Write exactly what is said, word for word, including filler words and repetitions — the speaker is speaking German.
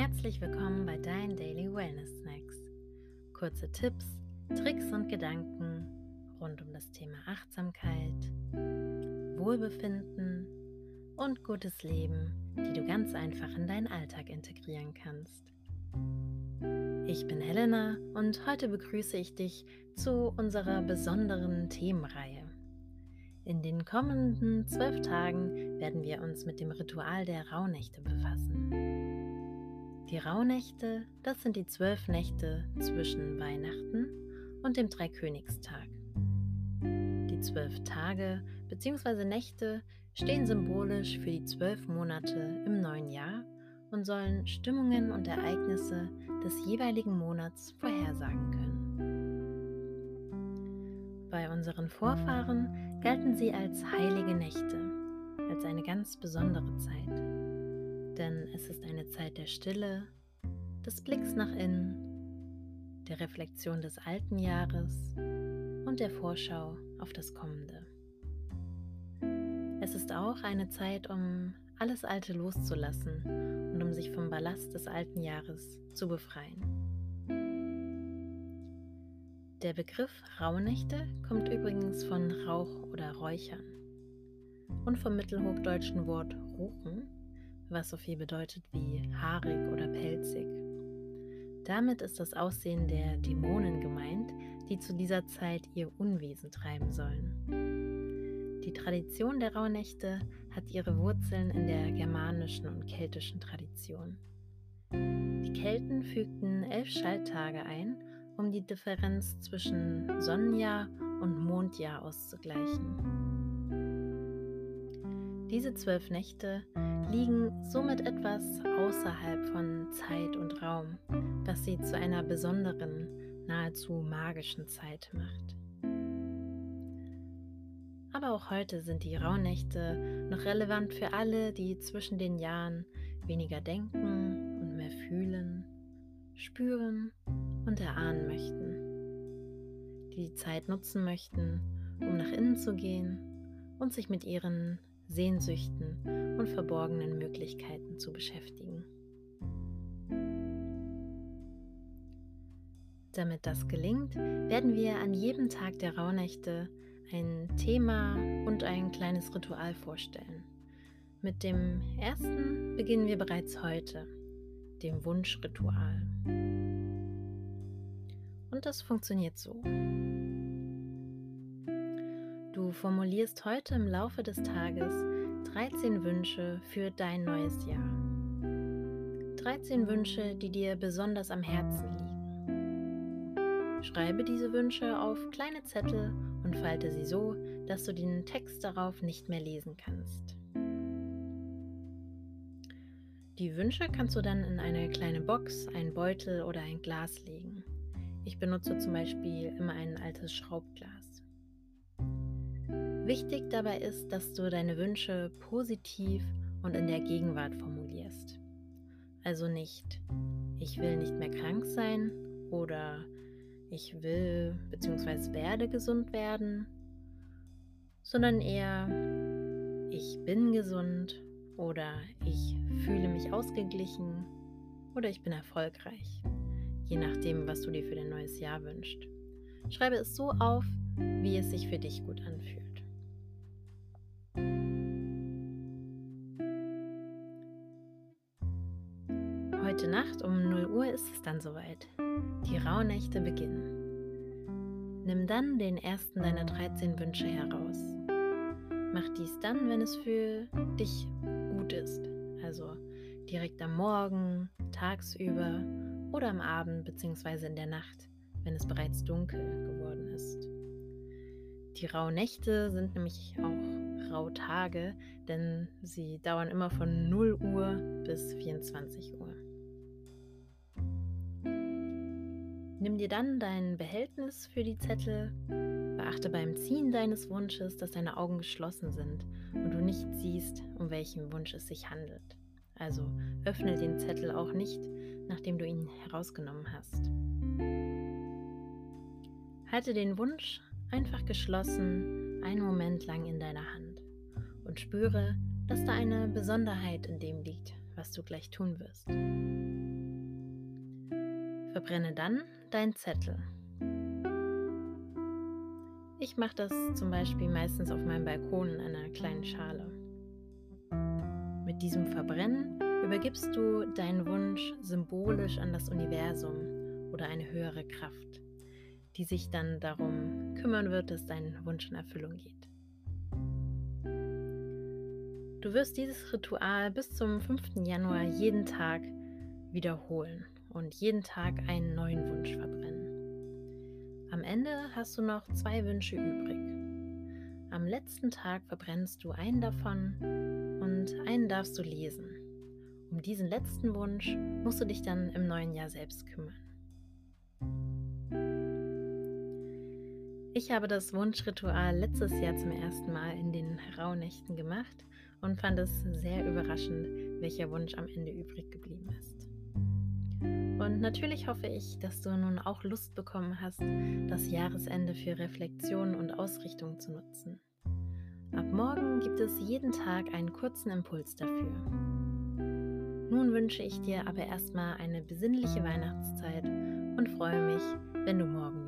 Herzlich willkommen bei deinen Daily Wellness Snacks. Kurze Tipps, Tricks und Gedanken rund um das Thema Achtsamkeit, Wohlbefinden und gutes Leben, die du ganz einfach in deinen Alltag integrieren kannst. Ich bin Helena und heute begrüße ich dich zu unserer besonderen Themenreihe. In den kommenden zwölf Tagen werden wir uns mit dem Ritual der Rauhnächte befassen. Die Rauhnächte, das sind die zwölf Nächte zwischen Weihnachten und dem Dreikönigstag. Die zwölf Tage bzw. Nächte stehen symbolisch für die zwölf Monate im neuen Jahr und sollen Stimmungen und Ereignisse des jeweiligen Monats vorhersagen können. Bei unseren Vorfahren galten sie als heilige Nächte, als eine ganz besondere Zeit. Denn es ist eine Zeit der Stille, des Blicks nach innen, der Reflexion des alten Jahres und der Vorschau auf das Kommende. Es ist auch eine Zeit, um alles Alte loszulassen und um sich vom Ballast des alten Jahres zu befreien. Der Begriff Rauhnächte kommt übrigens von Rauch oder Räuchern und vom mittelhochdeutschen Wort ruchen, was so viel bedeutet wie haarig oder pelzig. Damit ist das Aussehen der Dämonen gemeint, die zu dieser Zeit ihr Unwesen treiben sollen. Die Tradition der Rauhnächte hat ihre Wurzeln in der germanischen und keltischen Tradition. Die Kelten fügten elf Schalttage ein, um die Differenz zwischen Sonnenjahr und Mondjahr auszugleichen. Diese zwölf Nächte liegen somit etwas außerhalb von Zeit und Raum, was sie zu einer besonderen, nahezu magischen Zeit macht. Aber auch heute sind die Rauhnächte noch relevant für alle, die zwischen den Jahren weniger denken und mehr fühlen, spüren und erahnen möchten, die die Zeit nutzen möchten, um nach innen zu gehen und sich mit ihren Sehnsüchten und verborgenen Möglichkeiten zu beschäftigen. Damit das gelingt, werden wir an jedem Tag der Rauhnächte ein Thema und ein kleines Ritual vorstellen. Mit dem ersten beginnen wir bereits heute, dem Wunschritual. Und das funktioniert so. Du formulierst heute im Laufe des Tages dreizehn Wünsche für dein neues Jahr. dreizehn Wünsche, die dir besonders am Herzen liegen. Schreibe diese Wünsche auf kleine Zettel und falte sie so, dass du den Text darauf nicht mehr lesen kannst. Die Wünsche kannst du dann in eine kleine Box, einen Beutel oder ein Glas legen. Ich benutze zum Beispiel immer ein altes Schraubglas. Wichtig dabei ist, dass du deine Wünsche positiv und in der Gegenwart formulierst. Also nicht, ich will nicht mehr krank sein oder ich will bzw. werde gesund werden, sondern eher, ich bin gesund oder ich fühle mich ausgeglichen oder ich bin erfolgreich, je nachdem, was du dir für dein neues Jahr wünschst. Schreibe es so auf, wie es sich für dich gut anfühlt. Heute Nacht um null Uhr ist es dann soweit. Die Rauhnächte beginnen. Nimm dann den ersten deiner dreizehn Wünsche heraus. Mach dies dann, wenn es für dich gut ist. Also direkt am Morgen, tagsüber oder am Abend bzw. in der Nacht, wenn es bereits dunkel geworden ist. Die Rauhnächte sind nämlich auch Rauhtage, denn sie dauern immer von null Uhr bis vierundzwanzig Uhr. Nimm dir dann dein Behältnis für die Zettel, beachte beim Ziehen deines Wunsches, dass deine Augen geschlossen sind und du nicht siehst, um welchen Wunsch es sich handelt. Also öffne den Zettel auch nicht, nachdem du ihn herausgenommen hast. Halte den Wunsch einfach geschlossen einen Moment lang in deiner Hand und spüre, dass da eine Besonderheit in dem liegt, was du gleich tun wirst. Verbrenne dann deinen Zettel. Ich mache das zum Beispiel meistens auf meinem Balkon in einer kleinen Schale. Mit diesem Verbrennen übergibst du deinen Wunsch symbolisch an das Universum oder eine höhere Kraft, die sich dann darum kümmern wird, dass dein Wunsch in Erfüllung geht. Du wirst dieses Ritual bis zum fünften Januar jeden Tag wiederholen und jeden Tag einen neuen Wunsch verbrennen. Am Ende hast du noch zwei Wünsche übrig. Am letzten Tag verbrennst du einen davon und einen darfst du lesen. Um diesen letzten Wunsch musst du dich dann im neuen Jahr selbst kümmern. Ich habe das Wunschritual letztes Jahr zum ersten Mal in den Rauhnächten gemacht und fand es sehr überraschend, welcher Wunsch am Ende übrig geblieben ist. Und natürlich hoffe ich, dass du nun auch Lust bekommen hast, das Jahresende für Reflexion und Ausrichtung zu nutzen. Ab morgen gibt es jeden Tag einen kurzen Impuls dafür. Nun wünsche ich dir aber erstmal eine besinnliche Weihnachtszeit und freue mich, wenn du morgen